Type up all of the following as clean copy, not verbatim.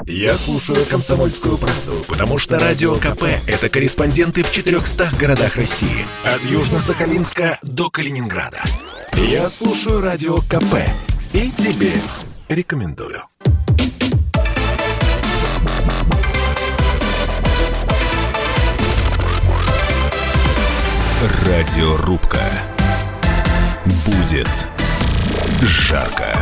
Я слушаю «Комсомольскую правду», потому что Радио КП – это корреспонденты в 400 городах России. От Южно-Сахалинска до Калининграда. Я слушаю Радио КП и тебе рекомендую. Радиорубка. Будет жарко.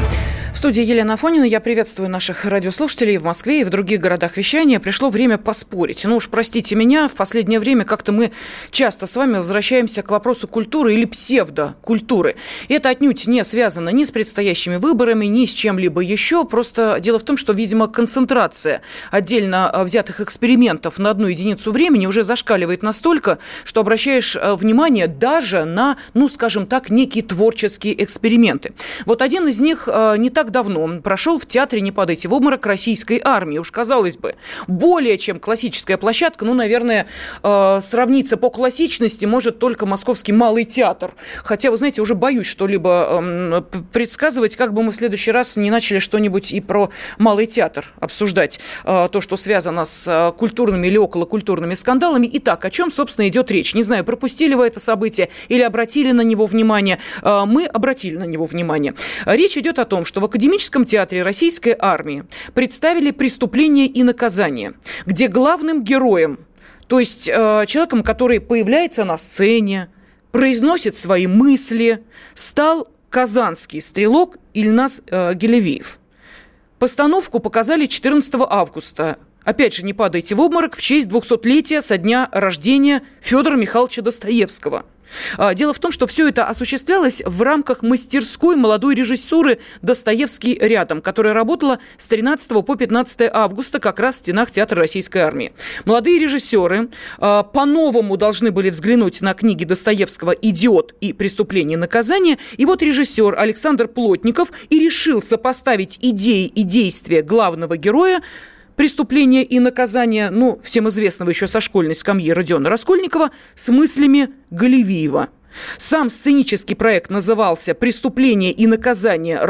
В студии Елена Афонина. Я приветствую наших радиослушателей в Москве и в других городах вещания. Пришло время поспорить. Ну уж простите меня, в последнее время как-то мы часто с вами возвращаемся к вопросу культуры или псевдокультуры. И это отнюдь не связано ни с предстоящими выборами, ни с чем-либо еще. Просто дело в том, что, видимо, концентрация отдельно взятых экспериментов на одну единицу времени уже зашкаливает настолько, что обращаешь внимание даже на, ну, скажем так, некие творческие эксперименты. Вот один из них не так давно прошел в театре «Не падайте в обморок» российской армии. Уж, казалось бы, более чем классическая площадка, ну, наверное, сравниться по классичности может только Московский малый театр. Хотя, вы знаете, уже боюсь что-либо предсказывать, как бы мы в следующий раз не начали что-нибудь и про малый театр обсуждать, то, что связано с культурными или околокультурными скандалами. Итак, о чем, собственно, идет речь? Не знаю, пропустили вы это событие или обратили на него внимание. Мы обратили на него внимание. Речь идет о том, что в Академическом театре российской армии представили «Преступление и наказание», где главным героем, то есть человеком, который появляется на сцене, произносит свои мысли, стал казанский стрелок Ильназ Гелевиев. Постановку показали 14 августа. Опять же, не падайте в обморок, в честь 200-летия со дня рождения Федора Михайловича Достоевского. Дело в том, что все это осуществлялось в рамках мастерской молодой режиссуры «Достоевский рядом», которая работала с 13 по 15 августа как раз в стенах Театра Российской армии. Молодые режиссеры по-новому должны были взглянуть на книги Достоевского «Идиот» и «Преступление и наказание». И вот режиссер Александр Плотников и решил сопоставить идеи и действия главного героя «Преступление и наказание», ну, всем известного еще со школьной скамьи Родиона Раскольникова, с мыслями Гелевиева. Сам сценический проект назывался «Преступление и наказание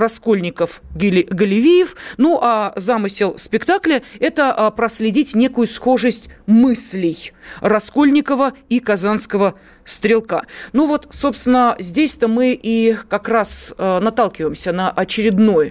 Раскольников-Гелевиев». Ну, а замысел спектакля – это проследить некую схожесть мыслей Раскольникова и казанского стрелка. Ну вот, собственно, здесь-то мы и как раз наталкиваемся на очередной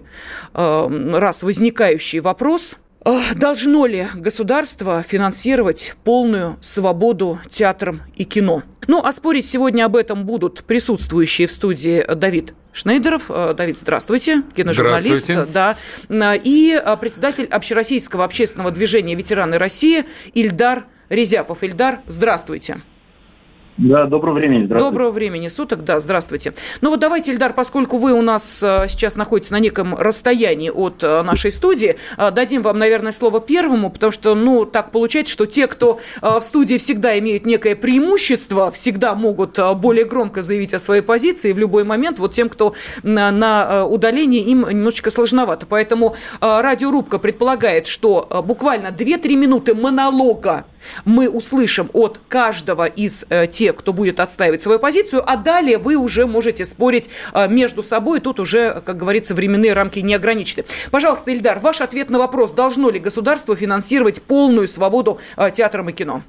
раз возникающий вопрос – должно ли государство финансировать полную свободу театрам и кино? Ну, а спорить сегодня об этом будут присутствующие в студии Давид Шнейдеров. Давид, здравствуйте, киножурналист. Здравствуйте. Да, и председатель Общероссийского общественного движения «Ветераны России» Ильдар Резяпов. Ильдар, здравствуйте. Да, доброго времени. Здравствуйте. Доброго времени суток, да, здравствуйте. Ну вот давайте, Ильдар, поскольку вы у нас сейчас находитесь на неком расстоянии от нашей студии, дадим вам, наверное, слово первому, потому что, ну, так получается, что те, кто в студии всегда имеют некое преимущество, всегда могут более громко заявить о своей позиции в любой момент. Вот тем, кто на удалении, им немножечко сложновато. Поэтому радиорубка предполагает, что буквально 2-3 минуты монолога мы услышим от каждого из тех, кто будет отстаивать свою позицию, а далее вы уже можете спорить между собой. Тут уже, как говорится, временные рамки не ограничены. Пожалуйста, Ильдар, ваш ответ на вопрос, должно ли государство финансировать полную свободу театрам и кино?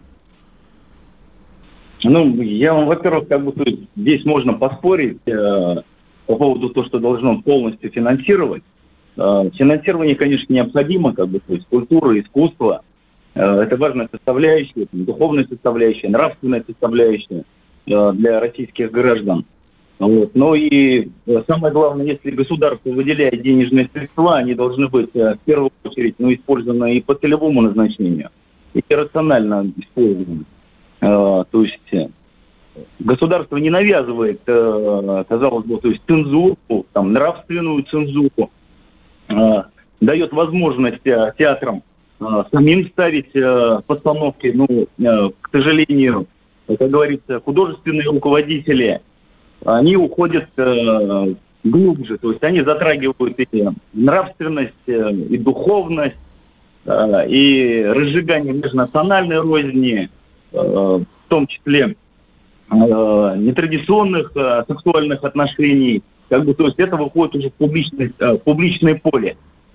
Ну, я вам, во-первых, здесь можно поспорить по поводу того, что должно полностью финансировать. Финансирование, конечно, необходимо, то есть культура, искусство. Это важная составляющая, духовная составляющая, нравственная составляющая для российских граждан. Вот. Но и самое главное, если государство выделяет денежные средства, они должны быть в первую очередь использованы и по целевому назначению, и рационально использованы. То есть государство не навязывает, казалось бы, то есть цензуру, нравственную цензуру, дает возможность театрам самим ставить постановки, к сожалению, как говорится, художественные руководители, они уходят глубже, то есть они затрагивают и нравственность, и духовность, и разжигание межнациональной розни, в том числе нетрадиционных сексуальных отношений, то есть это выходит уже в публичное поле.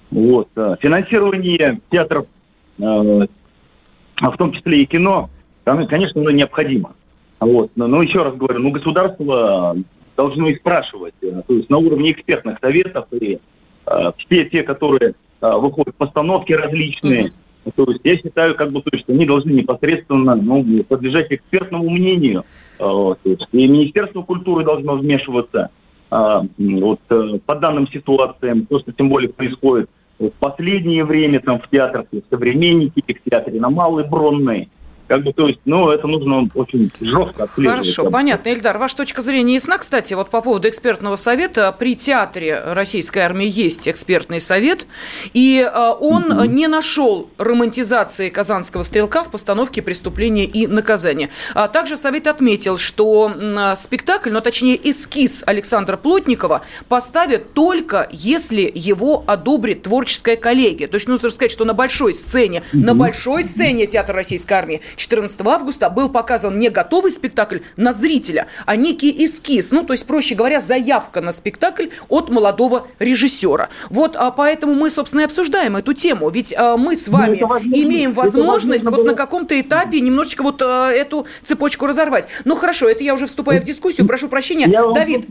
Вот. Финансирование театров, в том числе и кино, конечно, оно необходимо. Вот. Но еще раз говорю, государство должно и спрашивать, то есть на уровне экспертных советов и все те, которые выходят постановки различные, то есть я считаю, то есть, что они должны непосредственно подлежать экспертному мнению. То есть, и Министерство культуры должно вмешиваться по данным ситуациям, то, что тем более происходит в последнее время в театрах, в «Современнике», в театре на Малой Бронной. То есть, это нужно очень жестко отслеживать. Хорошо, понятно. Ильдар, ваша точка зрения ясна. Кстати, по поводу экспертного совета. При театре Российской армии есть экспертный совет, и он не нашел романтизации казанского стрелка в постановке «Преступления и наказания». Также совет отметил, что спектакль, точнее эскиз Александра Плотникова поставят только если его одобрит творческая коллегия. То есть нужно сказать, что на большой сцене театра Российской армии 14 августа был показан не готовый спектакль на зрителя, а некий эскиз. То есть, проще говоря, заявка на спектакль от молодого режиссера. Поэтому мы, собственно, и обсуждаем эту тему. Ведь мы с вами имеем возможность на каком-то этапе немножечко эту цепочку разорвать. Хорошо, это я уже вступаю в дискуссию, прошу прощения. Давид,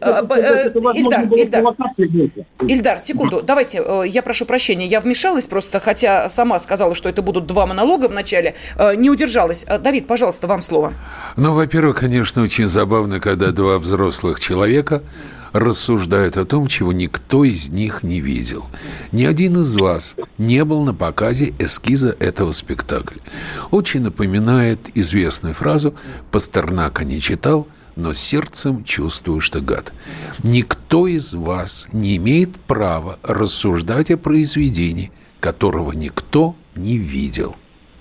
Ильдар, секунду, давайте, я прошу прощения, я вмешалась просто, хотя сама сказала, что это будут 2 монолога в начале, не удержалась. Давид, пожалуйста, вам слово. Во-первых, конечно, очень забавно, когда 2 взрослых человека рассуждают о том, чего никто из них не видел. Ни один из вас не был на показе эскиза этого спектакля. Очень напоминает известную фразу «Пастернака не читал, но сердцем чувствую, что гад». Никто из вас не имеет права рассуждать о произведении, которого никто не видел.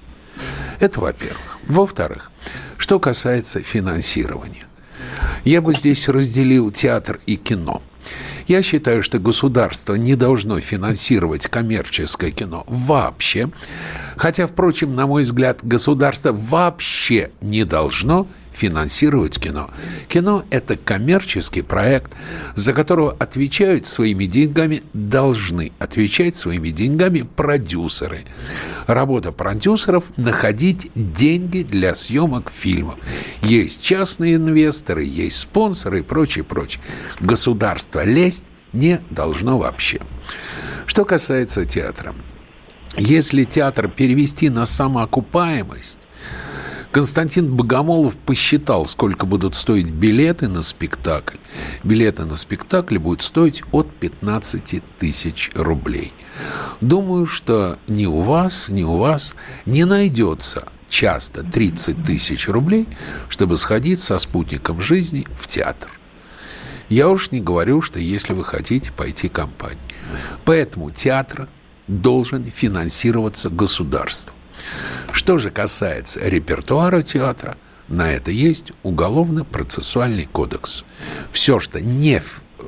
Это во-первых. Во-вторых, что касается финансирования. Я бы здесь разделил театр и кино. Я считаю, что государство не должно финансировать коммерческое кино вообще. Хотя, впрочем, на мой взгляд, государство вообще не должно финансировать кино. Кино – это коммерческий проект, за которого отвечают своими деньгами, должны отвечать своими деньгами продюсеры. Работа продюсеров – находить деньги для съемок фильмов. Есть частные инвесторы, есть спонсоры и прочее, прочее. Государство лезть не должно вообще. Что касается театра. Если театр перевести на самоокупаемость, Константин Богомолов посчитал, сколько будут стоить билеты на спектакль. Билеты на спектакль будут стоить от 15 тысяч рублей. Думаю, что ни у вас не найдется часто 30 тысяч рублей, чтобы сходить со спутником жизни в театр. Я уж не говорю, что если вы хотите пойти компанией. Поэтому театр должен финансироваться государством. Что же касается репертуара театра, на это есть Уголовно-процессуальный кодекс. Все, что не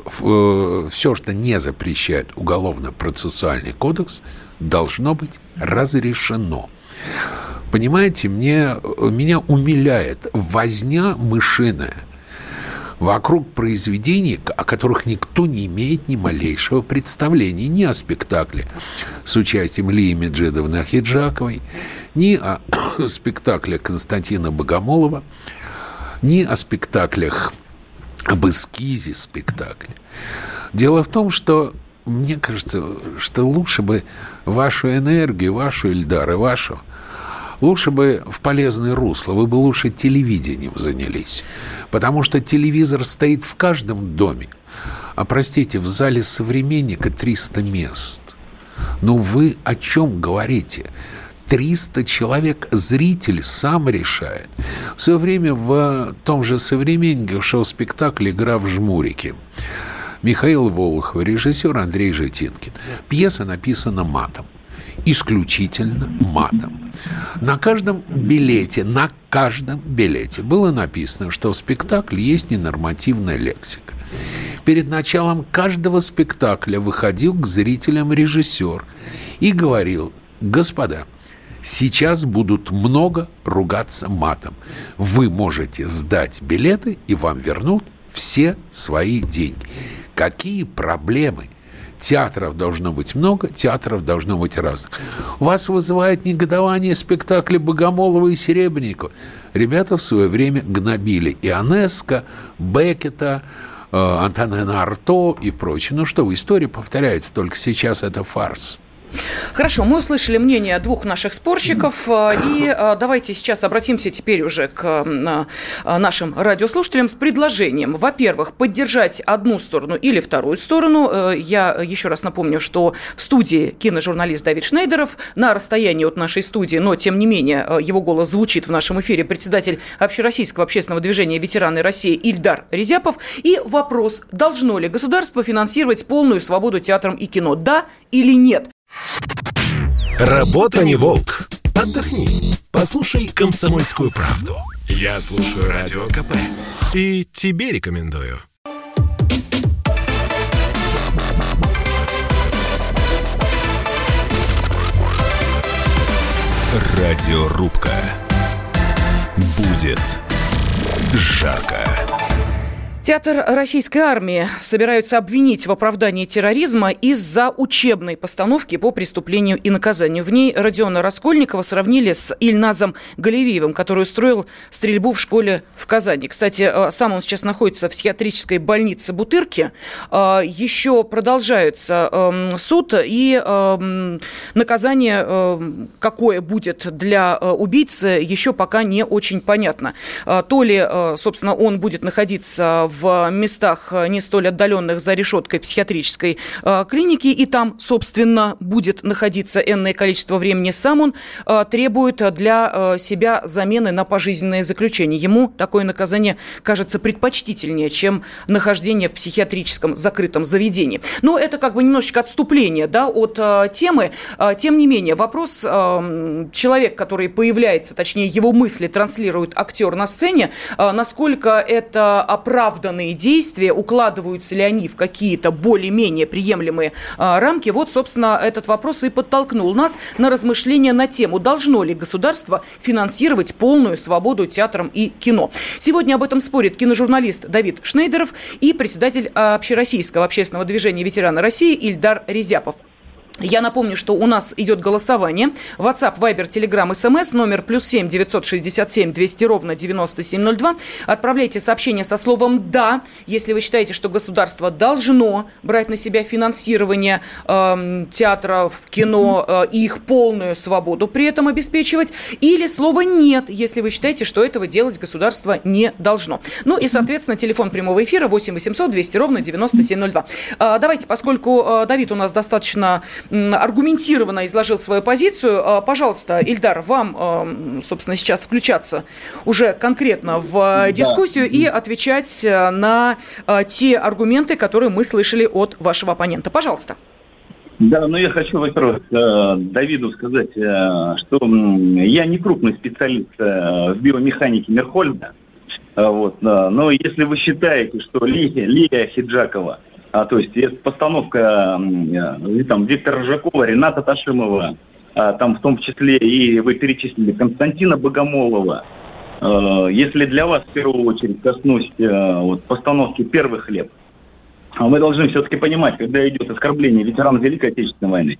запрещает Уголовно-процессуальный кодекс, должно быть разрешено. Понимаете, меня умиляет возня мышиная вокруг произведений, о которых никто не имеет ни малейшего представления. Ни о спектакле с участием Лии Меджидовны Ахеджаковой, ни о спектакле Константина Богомолова, ни о спектаклях, об эскизе спектакля. Дело в том, что мне кажется, что лучше бы вашу энергию, вашу, Ильдар, и вашу, лучше бы в полезное русло, вы бы лучше телевидением занялись. Потому что телевизор стоит в каждом доме. А, простите, в зале «Современника» 300 мест. Вы о чем говорите? 300 человек, зритель сам решает. В свое время в том же «Современнике» шел спектакль «Игра в жмурики». Михаил Волохов, режиссер Андрей Житинкин. Пьеса написана матом. Исключительно матом. На каждом билете было написано, что в спектакле есть ненормативная лексика. Перед началом каждого спектакля выходил к зрителям режиссер и говорил: господа, сейчас будут много ругаться матом. Вы можете сдать билеты, и вам вернут все свои деньги. Какие проблемы? Театров должно быть много, театров должно быть разных. Вас вызывает негодование спектакли Богомолова и Серебренникова. Ребята в свое время гнобили Ионеско, Беккета, Антонина Арто и прочее. Ну что вы, история повторяется, только сейчас это фарс. Хорошо, мы услышали мнение двух наших спорщиков, и давайте сейчас обратимся теперь уже к нашим радиослушателям с предложением. Во-первых, поддержать одну сторону или вторую сторону. Я еще раз напомню, что в студии киножурналист Давид Шнейдеров, на расстоянии от нашей студии, но тем не менее его голос звучит в нашем эфире, председатель Общероссийского общественного движения «Ветераны России» Ильдар Резяпов. И вопрос, должно ли государство финансировать полную свободу театрам и кино, да или нет? Работа не волк. Отдохни. Послушай «Комсомольскую правду». Я слушаю Радио КП. И тебе рекомендую. Радиорубка. Будет жарко. Театр российской армии собираются обвинить в оправдании терроризма из-за учебной постановки по преступлению и наказанию. В ней Родиона Раскольникова сравнили с Ильназом Галевиевым, который устроил стрельбу в школе в Казани. Кстати, сам он сейчас находится в психиатрической больнице Бутырки. Еще продолжается суд, и наказание, какое будет для убийцы, еще пока не очень понятно. То ли, собственно, он будет находиться в местах не столь отдаленных за решеткой психиатрической клиники, и там, собственно, будет находиться энное количество времени. Сам он требует для себя замены на пожизненное заключение. Ему такое наказание кажется предпочтительнее, чем нахождение в психиатрическом закрытом заведении. Но это как бы немножечко отступление, да, от темы. Тем не менее, вопрос, человек, который появляется, точнее, его мысли транслирует актер на сцене, насколько это оправданные действия, укладываются ли они в какие-то более-менее приемлемые рамки. Вот, собственно, этот вопрос и подтолкнул нас на размышления на тему, должно ли государство финансировать полную свободу театрам и кино. Сегодня об этом спорит киножурналист Давид Шнейдеров и председатель Общероссийского общественного движения «Ветераны России» Ильдар Резяпов. Я напомню, что у нас идет голосование. WhatsApp, Viber, Telegram, SMS, номер +7 967 200 ровно 9702. Отправляйте сообщение со словом «да», если вы считаете, что государство должно брать на себя финансирование театров, кино и их полную свободу при этом обеспечивать. Или слово «нет», если вы считаете, что этого делать государство не должно. Ну и, соответственно, телефон прямого эфира 8 800 200 ровно 9702. Давайте, поскольку Давид у нас достаточно аргументированно изложил свою позицию. Пожалуйста, Ильдар, вам, собственно, сейчас включаться уже конкретно в дискуссию и отвечать на те аргументы, которые мы слышали от вашего оппонента. Пожалуйста. Да, но я хочу, во-первых, Давиду сказать, что я не крупный специалист в биомеханике Мерхольда, вот, но если вы считаете, что Лилия Хиджакова, то есть постановка там Виктора Рыжакова, Рената Ташимова, там в том числе и вы перечислили Константина Богомолова. Если для вас в первую очередь коснусь постановки «Первых лет», мы должны все-таки понимать, когда идет оскорбление ветеранов Великой Отечественной войны,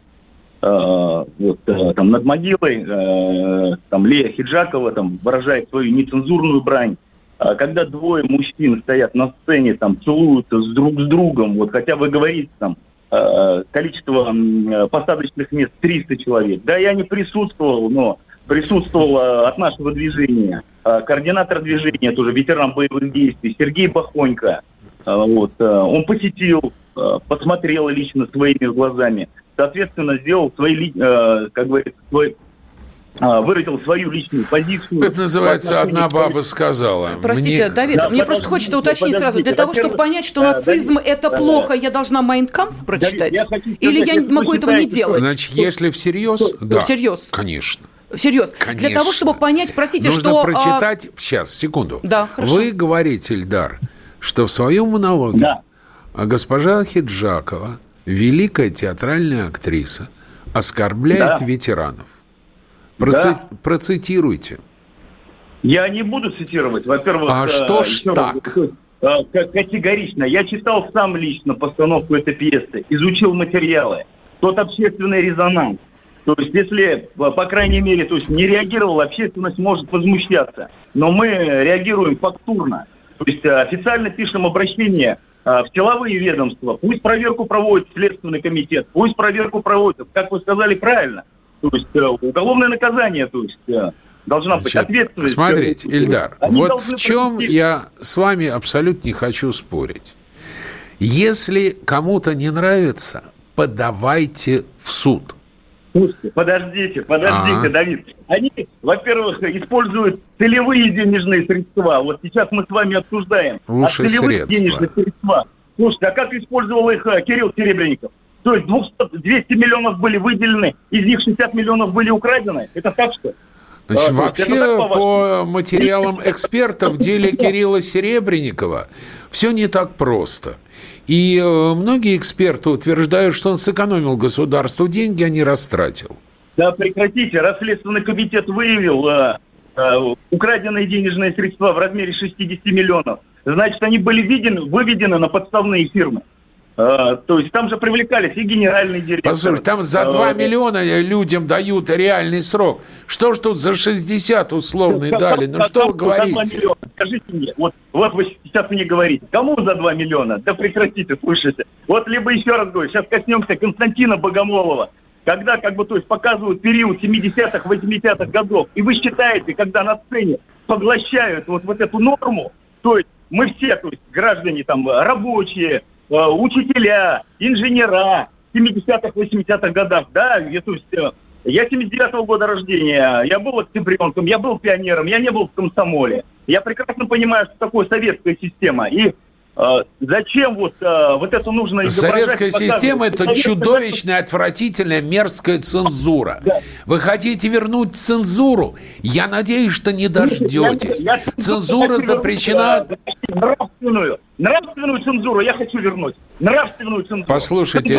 там над могилой там Лия Хиджакова там выражает свою нецензурную брань. Когда двое мужчин стоят на сцене, там целуются друг с другом, вот, хотя вы говорите, там, количество посадочных мест 300 человек. Да, я не присутствовал, но присутствовал от нашего движения координатор движения, тоже ветеран боевых действий, Сергей Бахонько. Он посетил, посмотрел лично своими глазами, соответственно, сделал свои, как говорится, выразил свою личную позицию. Это называется «одна баба сказала». Простите, Давид, мне просто хочется уточнить сразу. Для того, чтобы понять, что нацизм – это плохо, я должна «Майн Кампф» прочитать? Или я могу этого не делать? Значит, если всерьез, да, всерьез. Конечно. Всерьез. Конечно. Для того, чтобы понять, простите, нужно что... Нужно прочитать... Сейчас, секунду. Да, хорошо. Вы говорите, Ильдар, что в своем монологе госпожа Хиджакова, великая театральная актриса, оскорбляет ветеранов. Процитируйте. Я не буду цитировать. Во-первых, что ж так? категорично. Я читал сам лично постановку этой пьесы, изучил материалы. Тот общественный резонанс. То есть, если, по крайней мере, то есть не реагировала, общественность может возмущаться. Но мы реагируем фактурно. То есть официально пишем обращение в силовые ведомства. Пусть проверку проводит Следственный комитет, пусть проверку проводит, как вы сказали правильно. То есть уголовное наказание, то есть должна быть ответственность. Смотрите, Ильдар, вот в чем я с вами абсолютно не хочу спорить. Если кому-то не нравится, подавайте в суд. Слушайте, подождите, Давид. Они, во-первых, используют целевые денежные средства. Вот сейчас мы с вами обсуждаем. Лучшие целевых денежных средства. Слушайте, а как использовал их Кирилл Серебренников? То есть 200 миллионов были выделены, из них 60 миллионов были украдены. Это так что? Значит, вообще, по материалам экспертов в деле Кирилла Серебренникова все не так просто. И многие эксперты утверждают, что он сэкономил государству деньги, а не растратил. Да прекратите. Раз Следственный комитет выявил украденные денежные средства в размере 60 миллионов, значит, они были выведены на подставные фирмы. То есть там же привлекались и генеральный директор. Послушай, там за 2 миллиона людям дают реальный срок. Что ж тут за 60 условный дали? Ну что вы говорите? Скажите мне, вот вы сейчас мне говорите, кому за 2 миллиона? Да прекратите, слушайте. Вот либо еще раз говорю, сейчас коснемся Константина Богомолова, когда то есть показывают период 70-х, 80-х годов, и вы считаете, когда на сцене поглощают вот эту норму, то есть мы все, то есть граждане там рабочие, учителя, инженера 70-х, 80-х годах, да, я 79-го года рождения, я был октябренком, я был пионером, я не был в комсомоле. Я прекрасно понимаю, что такое советская система. И зачем вот это нужно изображать? Советская система – это чудовищная, отвратительная, мерзкая цензура. Да. Вы хотите вернуть цензуру? Я надеюсь, что не дождетесь. Цензура запрещена... Нравственную цензуру я хочу вернуть. Нравственную цензуру. Послушайте,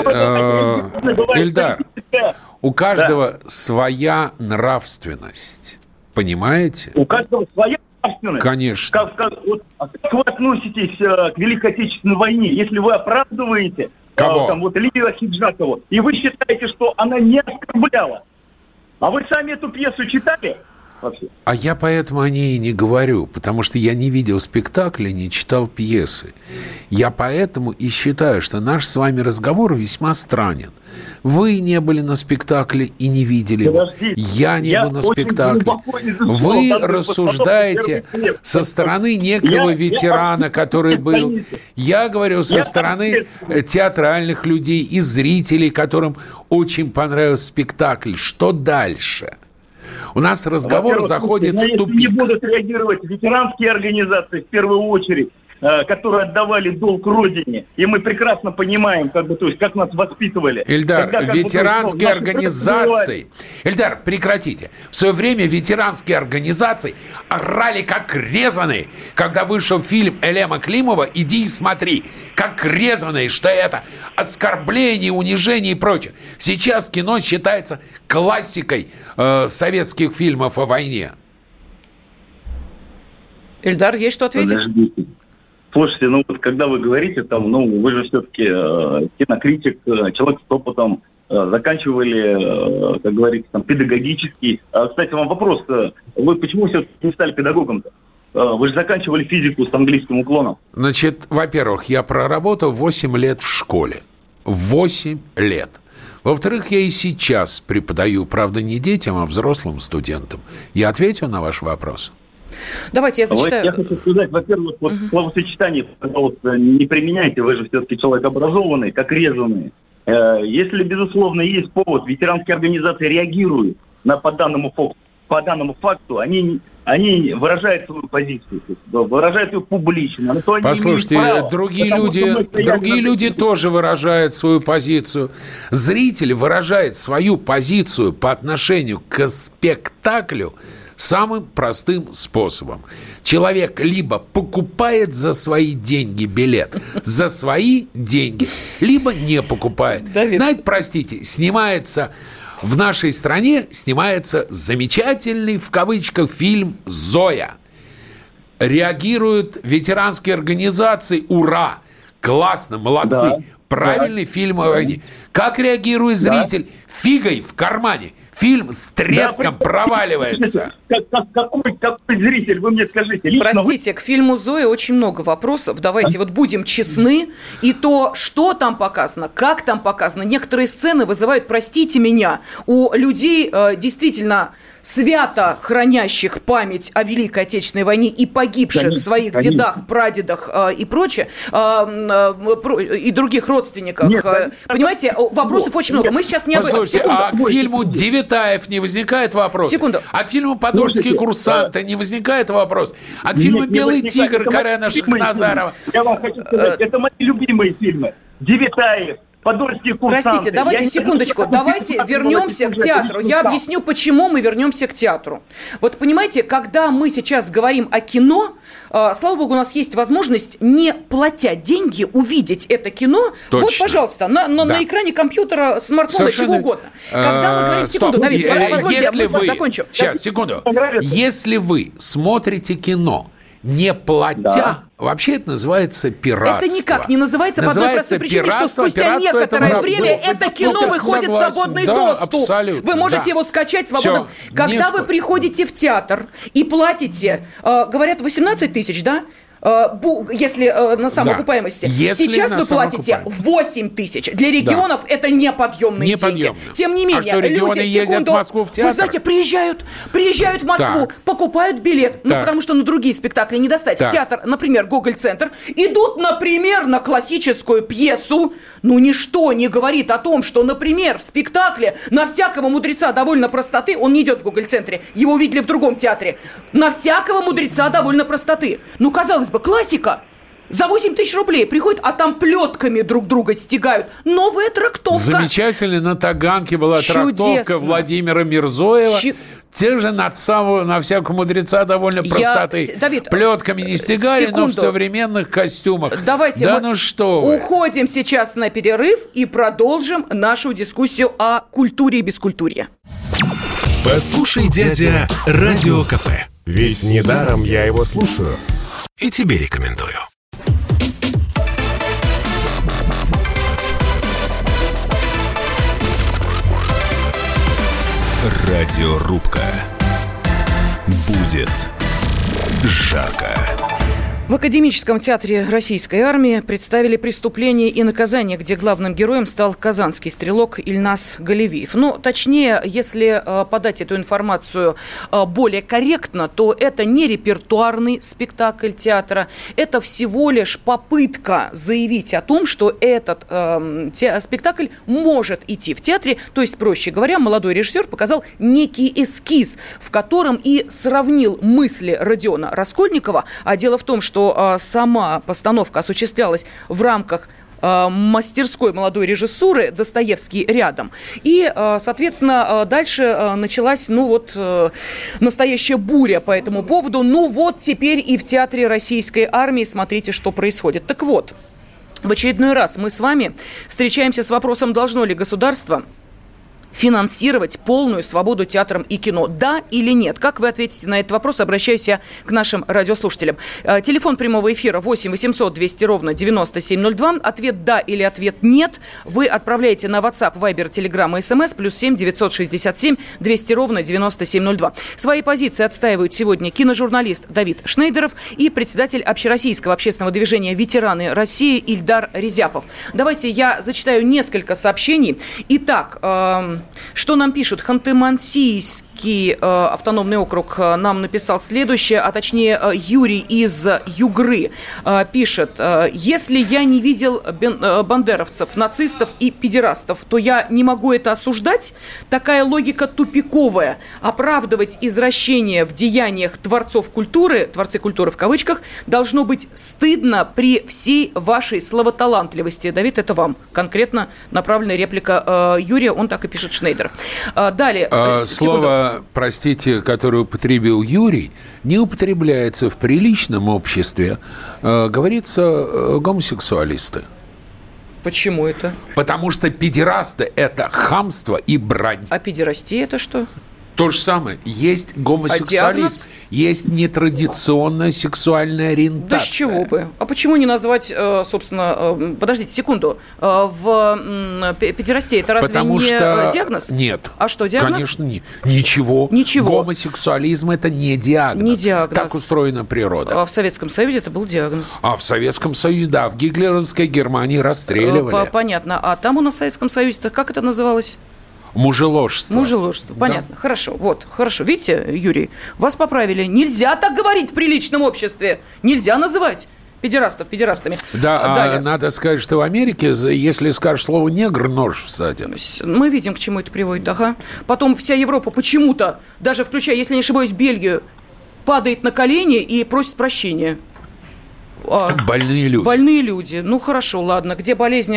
Ильдар, у каждого своя нравственность. Понимаете? У каждого своя нравственность? Конечно. Как вы относитесь к Великой Отечественной войне, если вы оправдываете Лидию Ахеджакову, и вы считаете, что она не оскорбляла? А вы сами эту пьесу читали? Вообще. А я поэтому о ней и не говорю, потому что я не видел спектакля, не читал пьесы. Я поэтому и считаю, что наш с вами разговор весьма странен. Вы не были на спектакле и не видели его. Я не был на спектакле. Вы рассуждаете со стороны некого ветерана, который был. Я говорю со стороны театральных людей и зрителей, которым очень понравился спектакль. Что дальше? У нас разговор заходит в тупик. Если не будут реагировать ветеранские организации в первую очередь, которые отдавали долг Родине, и мы прекрасно понимаем, как нас воспитывали. Ильдар, ветеранские организации... Ильдар, прекратите. В свое время ветеранские организации орали как резаные, когда вышел фильм Элема Климова «Иди и смотри». Как резаные, что это оскорбление, унижение и прочее. Сейчас кино считается классикой советских фильмов о войне. Ильдар, есть что ответить? Подождите. Слушайте, когда вы говорите, вы же все-таки кинокритик, человек с опытом, заканчивали, как говорится, педагогический. Кстати, вам вопрос, вы почему все-таки не стали педагогом-то? Вы же заканчивали физику с английским уклоном. Значит, во-первых, я проработал 8 лет в школе. 8 лет. Во-вторых, я и сейчас преподаю, правда, не детям, а взрослым студентам. Я ответил на ваш вопрос? Давайте я зачитаю. Я хочу сказать, во-первых, словосочетание, пожалуйста, не применяйте, вы же все-таки человек образованный, как резаный. Если, безусловно, есть повод, ветеранские организации реагируют по данному факту, они выражают свою позицию, выражают ее публично. Послушайте, другие люди тоже выражают свою позицию. Зритель выражает свою позицию по отношению к спектаклю самым простым способом. Человек либо покупает за свои деньги билет, за свои деньги, либо не покупает. Знаете, простите, в нашей стране снимается замечательный, в кавычках, фильм «Зоя». реагируют ветеранские организации. Ура! Классно, молодцы. Да. Правильный фильм о войне. Как реагирует зритель? Фигой в кармане. Фильм с треском проваливается. Какой зритель, вы мне скажите? Простите, к фильму «Зоя» очень много вопросов. Давайте вот будем честны. И то, что там показано, как там показано. Некоторые сцены вызывают, простите меня, у людей действительно свято хранящих память о Великой Отечественной войне и погибших своих дедах, прадедах и прочее, и других родственниках. Понимаете, вопросов очень много. Мы сейчас не об этом. Послушайте, а к фильму «Девятаев» не возникает вопрос? Секунду. А к фильму «Подольские курсанты» не возникает вопрос? А к фильму «Белый тигр» Карена Шахназарова? Я вам хочу сказать, это мои любимые фильмы. «Девятаев», «Подольские курсанты». Простите, давайте секундочку, давайте вернемся к театру. Я объясню, почему мы вернемся к театру. Вот понимаете, когда мы сейчас говорим о кино, слава богу, у нас есть возможность, не платя деньги, увидеть это кино. Точно. Вот, пожалуйста, на экране компьютера, смартфона, чего угодно. Когда мы говорим... Секунду, Давид, позвольте, я мысль закончу. Сейчас, секунду. Если вы смотрите кино, не платя, вообще это называется пиратство. Это никак не называется по одной простой причине, что спустя некоторое время это кино выходит в свободный доступ. Абсолютно. Вы можете его скачать свободно. Когда вы приходите в театр и платите, говорят, 18 тысяч, да? Если на самоокупаемости. Сейчас вы платите 8 тысяч. Для регионов это неподъемные деньги. Тем не менее, люди, секунду, вы знаете, приезжают в Москву, покупают билет, потому что на другие спектакли не достать. В театр, например, Гоголь-центр, идут, например, на классическую пьесу. Ну, ничто не говорит о том, что, например, в спектакле «На всякого мудреца довольно простоты», он не идет в Гоголь-центре, его видели в другом театре, «На всякого мудреца довольно простоты». Ну, казалось бы, классика. За 8 тысяч рублей приходят, а там плетками друг друга стягают. Новая трактовка. Замечательно. На Таганке была трактовка Владимира Мирзоева. Те же на всякого мудреца довольно простоты. Давид, плетками не стягали, но в современных костюмах. Давайте уходим сейчас на перерыв и продолжим нашу дискуссию о культуре и бескультурье. Послушай, дядя, Радио КП. Ведь недаром я его слушаю. И тебе рекомендую. Радиорубка. Будет жарко. В Академическом театре Российской армии представили «Преступление и наказание», где главным героем стал казанский стрелок Ильназ Галевиев. Ну, точнее, если подать эту информацию более корректно, то это не репертуарный спектакль театра, это всего лишь попытка заявить о том, что этот спектакль может идти в театре. То есть, проще говоря, молодой режиссер показал некий эскиз, в котором и сравнил мысли Родиона Раскольникова. А дело в том, что сама постановка осуществлялась в рамках мастерской молодой режиссуры «Достоевский рядом». И, соответственно, дальше началась, настоящая буря по этому поводу. Теперь и в театре Российской армии смотрите, что происходит. Так вот, в очередной раз мы с вами встречаемся с вопросом, должно ли государство финансировать полную свободу театрам и кино? Да или нет? Как вы ответите на этот вопрос? Обращаюсь я к нашим радиослушателям. Телефон прямого эфира 8 800 200 ровно 9702. Ответ «да» или ответ «нет» вы отправляете на WhatsApp, Viber, Telegram и SMS +7 967 200 ровно 9702. Свои позиции отстаивают сегодня киножурналист Давид Шнейдеров и председатель общероссийского общественного движения «Ветераны России» Ильдар Резяпов. Давайте я зачитаю несколько сообщений. Итак, что нам пишут? Ханты-Мансийский автономный округ нам написал следующее, а точнее Юрий из Югры пишет: если я не видел бандеровцев, нацистов и педерастов, то я не могу это осуждать. Такая логика тупиковая. Оправдывать извращение в деяниях творцов культуры, творцы культуры в кавычках, должно быть стыдно при всей вашей словоталантливости. Давид, это вам конкретно направленная реплика Юрия, он так и пишет, Шнейдер. Далее. Слово, простите, которое употребил Юрий, не употребляется в приличном обществе. Говорится гомосексуалисты. Почему это? Потому что педерасты – это хамство и брань. А педерастия – это что? То же самое. Есть гомосексуализм, есть нетрадиционная сексуальная ориентация. Да с чего бы? А почему не назвать, собственно, подождите секунду, в педерастии это разве Потому не что... диагноз? Нет. А что, диагноз? Конечно, нет. Ничего. Гомосексуализм – это не диагноз. Не диагноз. Так устроена природа. А в Советском Союзе это был диагноз. А в Советском Союзе, да, в гитлеровской Германии расстреливали. Понятно. А там у нас в Советском Союзе-то как это называлось? Мужеложество. Мужеложество, понятно. Да. Хорошо, вот, хорошо. Видите, Юрий, вас поправили. Нельзя так говорить в приличном обществе. Нельзя называть педерастов педерастами. Да, надо сказать, что в Америке, если скажешь слово «негр», нож всадят. Мы видим, к чему это приводит, ага. Потом вся Европа почему-то, даже включая, если не ошибаюсь, Бельгию, падает на колени и просит прощения. Больные люди. Больные люди. Ну, хорошо, ладно. Где болезнь,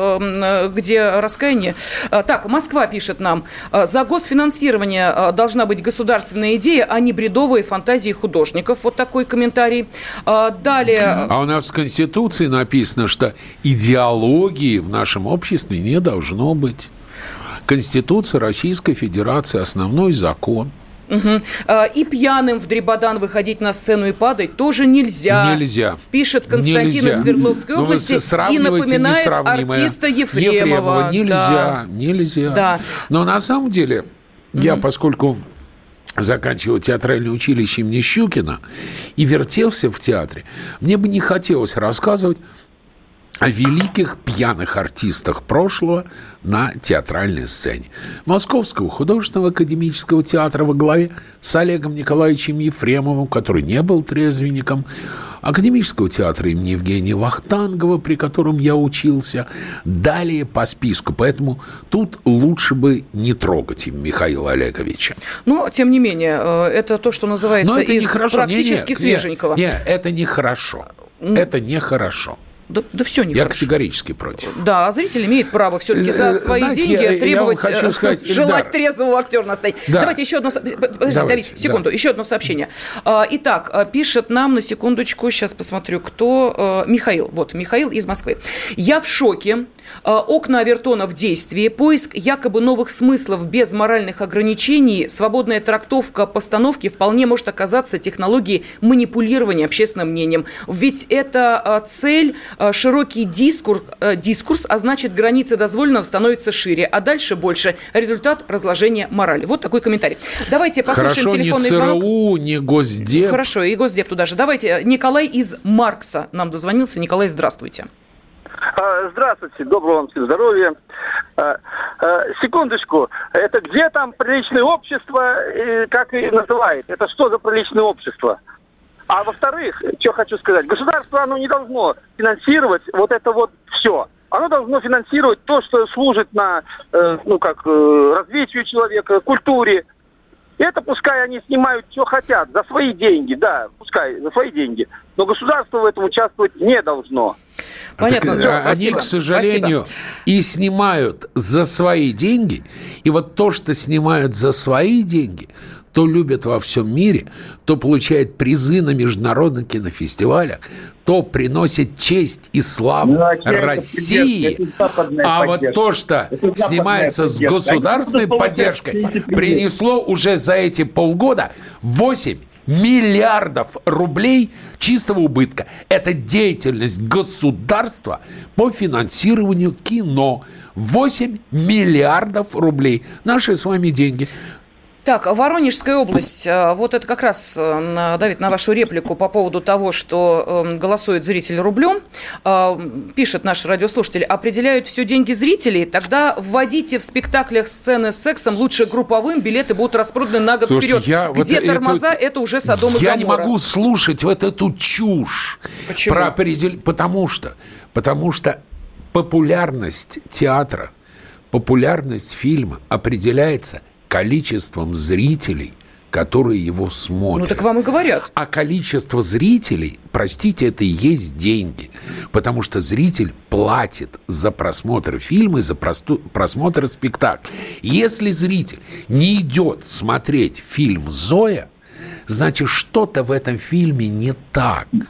где раскаяние? Так, Москва пишет нам. За госфинансирование должна быть государственная идея, а не бредовые фантазии художников. Вот такой комментарий. Далее... А у нас в Конституции написано, что идеологии в нашем обществе не должно быть. Конституция Российской Федерации – основной закон. Угу. И пьяным в дребодан выходить на сцену и падать тоже нельзя. Нельзя. Пишет Константин из Свердловской области и напоминает артиста Ефремова. Нельзя. Да. Но на самом деле, я, поскольку заканчивал театральное училище имени Щукина и вертелся в театре, мне бы не хотелось рассказывать о великих пьяных артистах прошлого на театральной сцене. Московского художественного академического театра во главе с Олегом Николаевичем Ефремовым, который не был трезвенником, Академического театра имени Евгения Вахтангова, при котором я учился, далее по списку. Поэтому тут лучше бы не трогать им Михаила Олеговича. Но, тем не менее, это то, что называется из практически свеженького. Нет, это нехорошо. Это нехорошо. Да все нехорошо. Я категорически против. Да, а зритель имеет право все-таки за свои деньги требовать, желать трезвого актера настоять. Да. Давайте еще одно... Подождите, Давид, секунду, еще одно сообщение. Итак, пишет нам, на секундочку, сейчас посмотрю, кто... Михаил, вот, Михаил из Москвы. Я в шоке. Окна Авертона в действии, поиск якобы новых смыслов без моральных ограничений, свободная трактовка постановки вполне может оказаться технологией манипулирования общественным мнением. Ведь это цель, широкий дискурс, а значит, границы дозволенного становятся шире, а дальше больше. Результат разложения морали. Вот такой комментарий. Давайте послушаем телефонный звонок. Хорошо, не ЦРУ, не Госдеп. Хорошо, и Госдеп туда же. Давайте, Николай из Маркса нам дозвонился. Николай, здравствуйте. Здравствуйте, доброго вам всем здоровья. Секундочку, это где там приличное общество, как и называют? Это что за приличное общество? А во-вторых, что хочу сказать, государство, оно не должно финансировать вот это вот все. Оно должно финансировать то, что служит на, развитию человека, культуре. Это пускай они снимают, что хотят, за свои деньги, да, пускай, за свои деньги. Но государство в этом участвовать не должно. Понятно. Так, они, к сожалению, и снимают за свои деньги. И вот то, что снимают за свои деньги, то любят во всем мире, то получает призы на международных кинофестивалях, то приносит честь и славу России. А вот то, что снимается с государственной поддержкой, принесло уже за эти полгода 8 миллиардов рублей чистого убытка. Это деятельность государства по финансированию кино. 8 миллиардов рублей. Наши с вами деньги. Так, Воронежская область. Вот это как раз, Давид, на вашу реплику по поводу того, что голосует зритель рублем. Пишет наш радиослушатель: определяют все деньги зрителей, тогда вводите в спектаклях сцены с сексом лучше групповым, билеты будут распроданы на год вперед. Где тормоза, это уже Содом и Гоморра. Я не могу слушать вот эту чушь. Почему? Потому что популярность театра, популярность фильма определяется количеством зрителей, которые его смотрят. Ну, так вам и говорят. А количество зрителей, простите, это и есть деньги. Потому что зритель платит за просмотр фильма и за просмотр спектакля. Если зритель не идет смотреть фильм «Зоя», значит, что-то в этом фильме не так.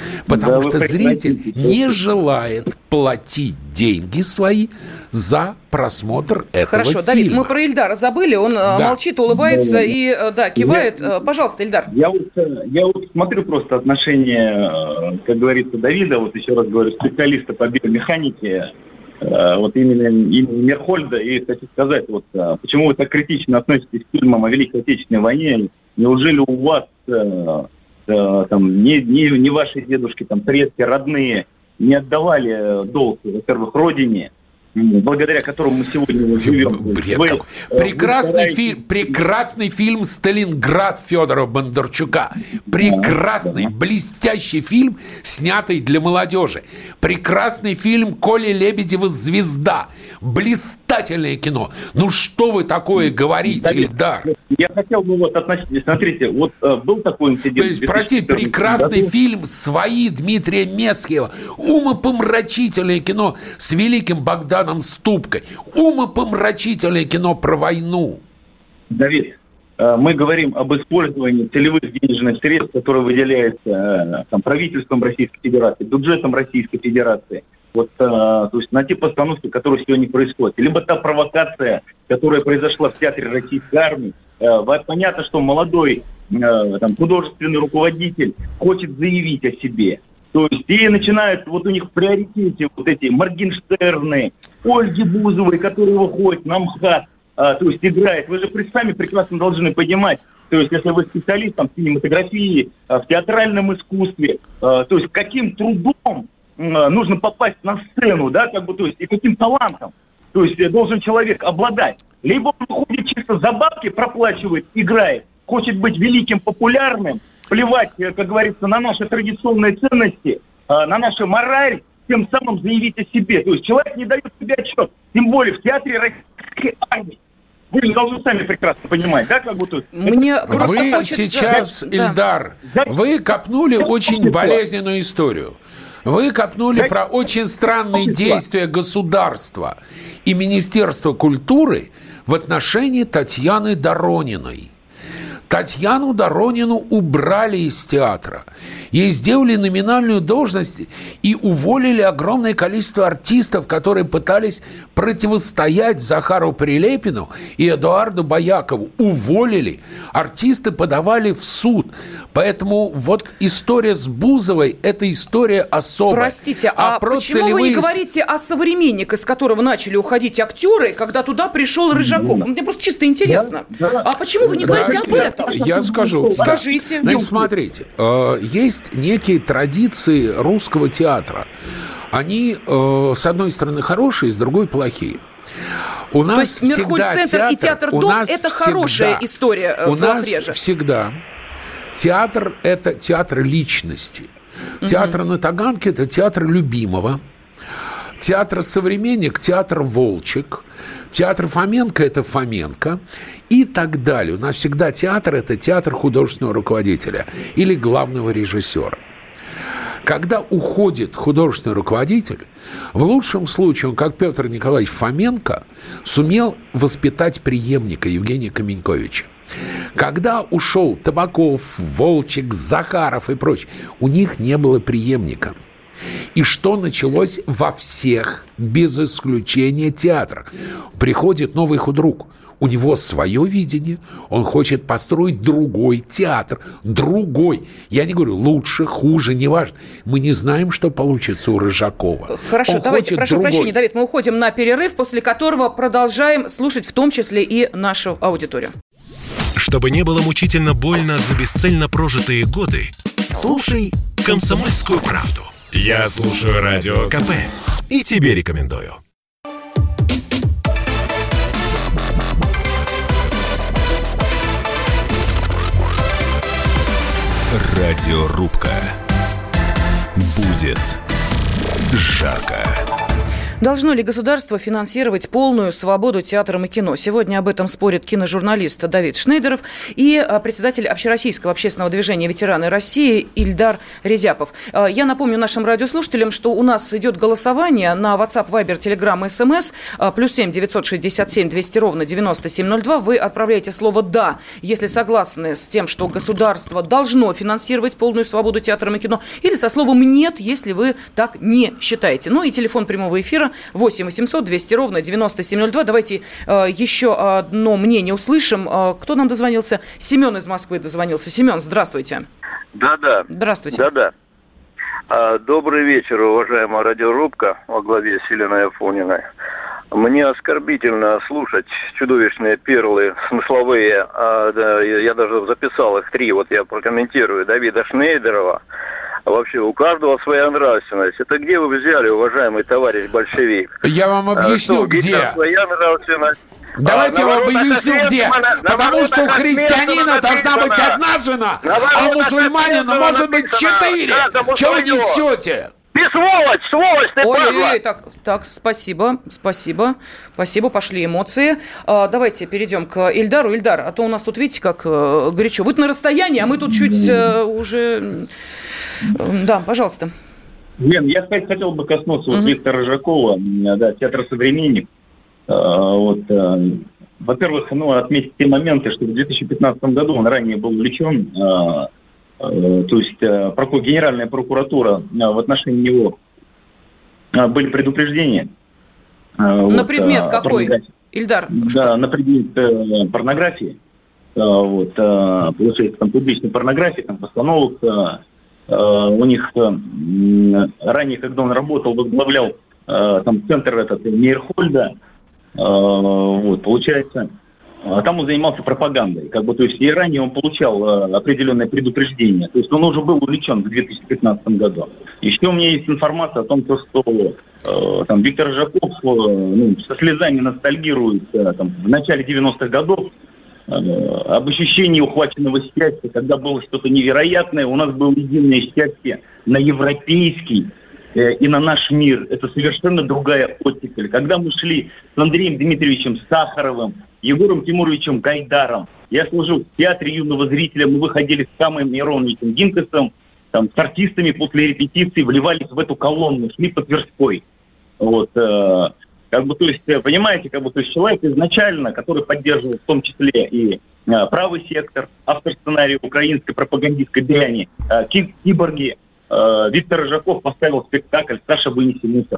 Потому что зритель не желает платить деньги свои за просмотр этого Хорошо, фильма. Давид, мы про Ильдара забыли, он молчит, улыбается и кивает. Пожалуйста, Ильдар. Я вот смотрю просто отношение, как говорится, Давида, вот еще раз говорю, специалиста по биомеханике, вот именно Мерхольда, и хочу сказать, вот почему вы так критично относитесь к фильмам о Великой Отечественной войне. Неужели у вас там не ваши дедушки, там предки, родные не отдавали долг, во-первых, родине, благодаря которому мы сегодня живем? Бред прекрасный фильм «Сталинград» Федора Бондарчука. Прекрасный, блестящий фильм, снятый для молодежи. Прекрасный фильм Коли Лебедева «Звезда». Блистательное кино. Ну что вы такое говорите, Ильдар? Я хотел бы относительно, смотрите, был такой инцидент. То есть, простите, прекрасный фильм «Свои» Дмитрия Месхиева. Умопомрачительное кино с великим Богданом Ступкой. Умопомрачительное кино про войну. Давид, мы говорим об использовании целевых денежных средств, которые выделяются правительством Российской Федерации, бюджетом Российской Федерации. То есть на те постановки, которые сегодня происходят. Либо та провокация, которая произошла в театре Российской армии. Понятно, что молодой художественный руководитель хочет заявить о себе. То есть и начинают у них в приоритете эти Моргенштерны, Ольги Бузовой, которые выходят на МХАТ, то есть играет. Вы же сами прекрасно должны понимать, то есть если вы специалист в кинематографии, в театральном искусстве, то есть каким трудом нужно попасть на сцену, то есть и каким талантом, то есть должен человек обладать. Либо он ходит чисто за бабки, проплачивает, играет, хочет быть великим, популярным, плевать, как говорится, на наши традиционные ценности, на нашу мораль, тем самым заявить о себе. То есть человек не дает себе отчет, тем более в театре Российской армии. Вы должны сами прекрасно понимать, Мне просто вы хочется... сейчас, Ильдар, вы копнули очень болезненную историю. Вы копнули про очень странные действия государства и Министерства культуры в отношении Татьяны Дорониной. Татьяну Доронину убрали из театра. Ей сделали номинальную должность и уволили огромное количество артистов, которые пытались противостоять Захару Прилепину и Эдуарду Боякову. Уволили. Артисты подавали в суд. Поэтому история с Бузовой – это история особая. Простите, почему вы не говорите о «Современнике», с которого начали уходить актеры, когда туда пришел Рыжаков? Мне просто чисто интересно. А почему вы не говорите об этом? Я скажу. Скажите. Значит, смотрите, есть некие традиции русского театра. Они, с одной стороны, хорошие, с другой плохие. У нас то есть Мерхольд-центр и театр-дом – это хорошая история у нас всегда театр – это театр личности. Театр на Таганке – это театр любимого. Театр «Современник» – театр «Волчек». Театр Фоменко – это Фоменко и так далее. У нас всегда театр – это театр художественного руководителя или главного режиссера. Когда уходит художественный руководитель, в лучшем случае он, как Петр Николаевич Фоменко, сумел воспитать преемника Евгения Каменьковича. Когда ушел Табаков, Волчек, Захаров и прочее, у них не было преемника. И что началось во всех, без исключения, театрах? Приходит новый худрук. У него свое видение. Он хочет построить другой театр. Другой. Я не говорю лучше, хуже, неважно. Мы не знаем, что получится у Рыжакова. Хорошо, давайте, прошу прощения, Давид, мы уходим на перерыв, после которого продолжаем слушать в том числе и нашу аудиторию. Чтобы не было мучительно больно за бесцельно прожитые годы, слушай «Комсомольскую правду». Я слушаю Радио КП и тебе рекомендую. Радиорубка. Будет жарко. Должно ли государство финансировать полную свободу театрам и кино? Сегодня об этом спорит киножурналист Давид Шнейдеров и председатель Общероссийского общественного движения «Ветераны России» Ильдар Резяпов. Я напомню нашим радиослушателям, что у нас идет голосование на WhatsApp, Viber, Telegram, SMS, +7 967 200 ровно 9702. Вы отправляете слово «да», если согласны с тем, что государство должно финансировать полную свободу театрам и кино, или со словом «нет», если вы так не считаете. Ну и телефон прямого эфира 8 800 200 ровно 9702. Давайте еще одно мнение услышим. Кто нам дозвонился? Семен из Москвы дозвонился. Семен, здравствуйте. Да-да. Здравствуйте. Да-да. Добрый вечер, уважаемая радиорубка во главе с Еленой Афониной. Мне оскорбительно слушать чудовищные перлы смысловые. Я даже записал их 3, вот я прокомментирую. Давида Шнейдерова. Вообще, у каждого своя нравственность. Это где вы взяли, уважаемый товарищ большевик? Я вам объясню, где. Своя нравственность. Давайте я вам объясню, где. Потому что у христианина должна быть одна жена, а у мусульманина может быть 4. Чего вы несете? Ты сволочь, ты Ой, так, спасибо, пошли эмоции. Давайте перейдем к Ильдару. Ильдар, а то у нас тут, видите, как горячо. Вы на расстоянии, а мы тут чуть уже... Да, пожалуйста. Лен, я хотел бы коснуться Виктора Рыжакова, театр «Современник». Во-первых, отметить те моменты, что в 2015 году он ранее был увлечен, то есть Генеральная прокуратура в отношении него были предупреждения. На предмет какой, Ильдар? Да, на предмет порнографии. Получается, там публичной порнографии, там постановок. У них ранее, когда он работал, возглавлял там центр этот Мейерхольда, получается, там он занимался пропагандой, то есть и ранее он получал определенное предупреждение, то есть он уже был увлечен в 2015 году. Еще у меня есть информация о том, что там Виктор Рыжаков со слезами ностальгирует в начале 90-х годов об ощущении ухваченного счастья, когда было что-то невероятное, у нас было единое счастье на европейский и на наш мир. Это совершенно другая оттепель. Когда мы шли с Андреем Дмитриевичем Сахаровым, Егором Тимуровичем Гайдаром, я служил в театре юного зрителя, мы выходили с Камой Мироновичем Гинкасом, с артистами после репетиции, вливались в эту колонну, шли по Тверской. То есть, понимаете, то есть человек изначально, который поддерживал в том числе и правый сектор, автор сценария украинской пропагандистской дряни, киборги, Виктор Рыжаков поставил спектакль «Саша, вынеси мусор».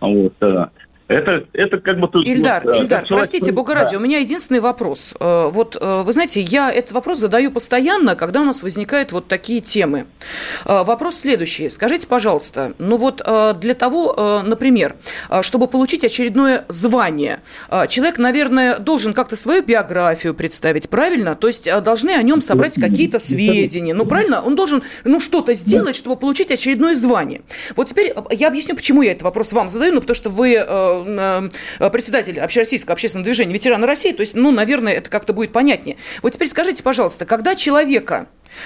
Это Ильдар, простите, Бога ради, у меня единственный вопрос. Вы знаете, я этот вопрос задаю постоянно, когда у нас возникают такие темы. Вопрос следующий. Скажите, пожалуйста, для того, например, чтобы получить очередное звание, человек, наверное, должен как-то свою биографию представить, правильно? То есть должны о нем собрать какие-то сведения. Правильно? Он должен что-то сделать, чтобы получить очередное звание. Теперь я объясню, почему я этот вопрос вам задаю, потому что вы... председатель Общероссийского общественного движения «Ветераны России», то есть, наверное, это как-то будет понятнее. Теперь скажите, пожалуйста, когда человека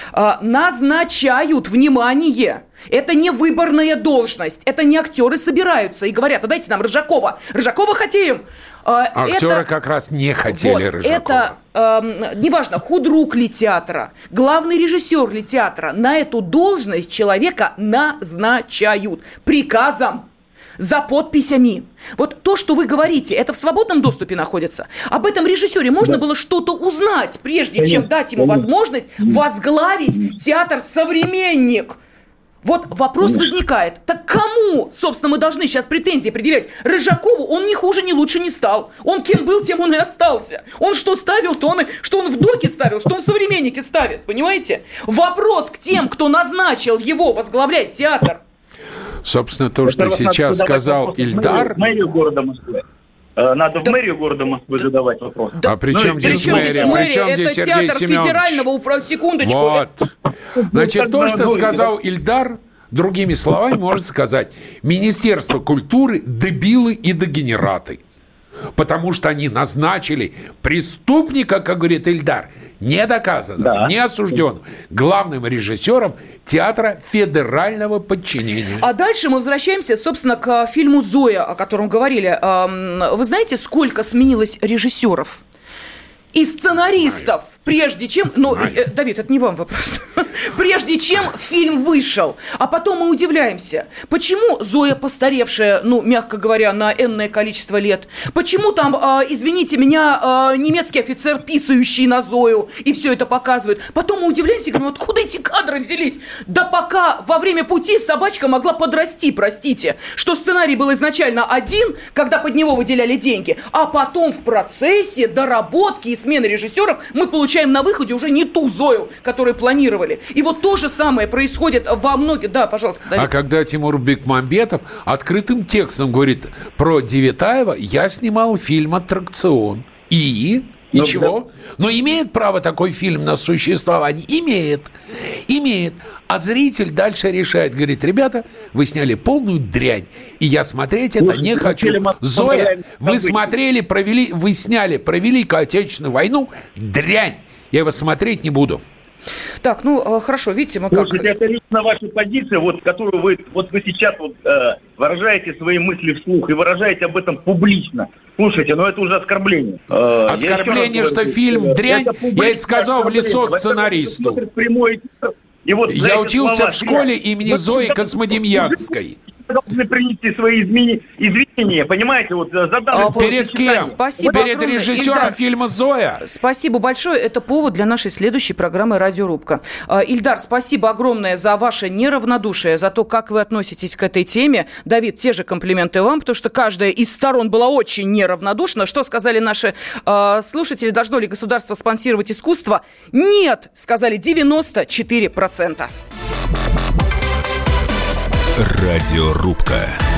назначают, внимание, это не выборная должность, это не актеры собираются и говорят: дайте нам Рыжакова. Рыжакова хотим. Актеры как раз не хотели Рыжакова. Это, неважно, худрук ли театра, главный режиссер ли театра, на эту должность человека назначают приказом, за подписями. То, что вы говорите, это в свободном доступе находится. Об этом режиссере можно было что-то узнать, прежде чем дать ему возможность возглавить театр «Современник». Вопрос возникает. Так кому, собственно, мы должны сейчас претензии предъявлять? Рыжакову он ни хуже, ни лучше не стал. Он кем был, тем он и остался. Он что ставил, что он в доке ставил, что он в «Современнике» ставит. Понимаете? Вопрос к тем, кто назначил его возглавлять театр. Собственно, то, что сейчас сказал Ильдар... В мэрию города Москвы. Надо в мэрию города Москвы задавать вопрос. А при чем здесь мэрия? Это театр федерального секундочку. Значит, то, что сказал Ильдар, другими словами, можно сказать: Министерство культуры – дебилы и дегенераты. Потому что они назначили преступника, как говорит Ильдар, недоказанного, не осужденного, главным режиссером театра федерального подчинения. А дальше мы возвращаемся, собственно, к фильму «Зоя», о котором говорили. Вы знаете, сколько сменилось режиссеров и сценаристов? Прежде чем... Давид, это не вам вопрос. Прежде чем фильм вышел. А потом мы удивляемся, почему Зоя постаревшая, мягко говоря, на энное количество лет? Почему там, извините меня, немецкий офицер, писающий на Зою, и все это показывает? Потом мы удивляемся и говорим, откуда эти кадры взялись? Да пока во время пути собачка могла подрасти, простите, что сценарий был изначально один, когда под него выделяли деньги, а потом в процессе доработки и смены режиссеров мы получаем на выходе уже не ту Зою, которую планировали. И вот то же самое происходит во многих... Да, пожалуйста, Давид. А когда Тимур Бекмамбетов открытым текстом говорит про Девятаева, я снимал фильм «Аттракцион». И... Ничего. Но имеет право такой фильм на существование? Имеет. А зритель дальше решает. Говорит, ребята, вы сняли полную дрянь. И я смотреть это не хочу. Зоя, вы смотрели, вы сняли про Великую Отечественную войну дрянь. Я его смотреть не буду. Так, хорошо, видите, мы как... Слушайте, это лично ваша позиция, которую вы сейчас выражаете свои мысли вслух и выражаете об этом публично. Слушайте, это уже оскорбление. Оскорбление, что фильм дрянь, я это сказал в лицо сценаристу. Я учился в школе имени Зои Космодемьянской. Должны принести свои извинения, понимаете? Перед кем? Спасибо Перед огромное. режиссером Ильдар, фильма «Зоя». Спасибо большое. Это повод для нашей следующей программы «Радиорубка». Ильдар, спасибо огромное за ваше неравнодушие, за то, как вы относитесь к этой теме. Давид, те же комплименты вам, потому что каждая из сторон была очень неравнодушна. Что сказали наши слушатели? Должно ли государство спонсировать искусство? Нет, сказали 94%. Радиорубка.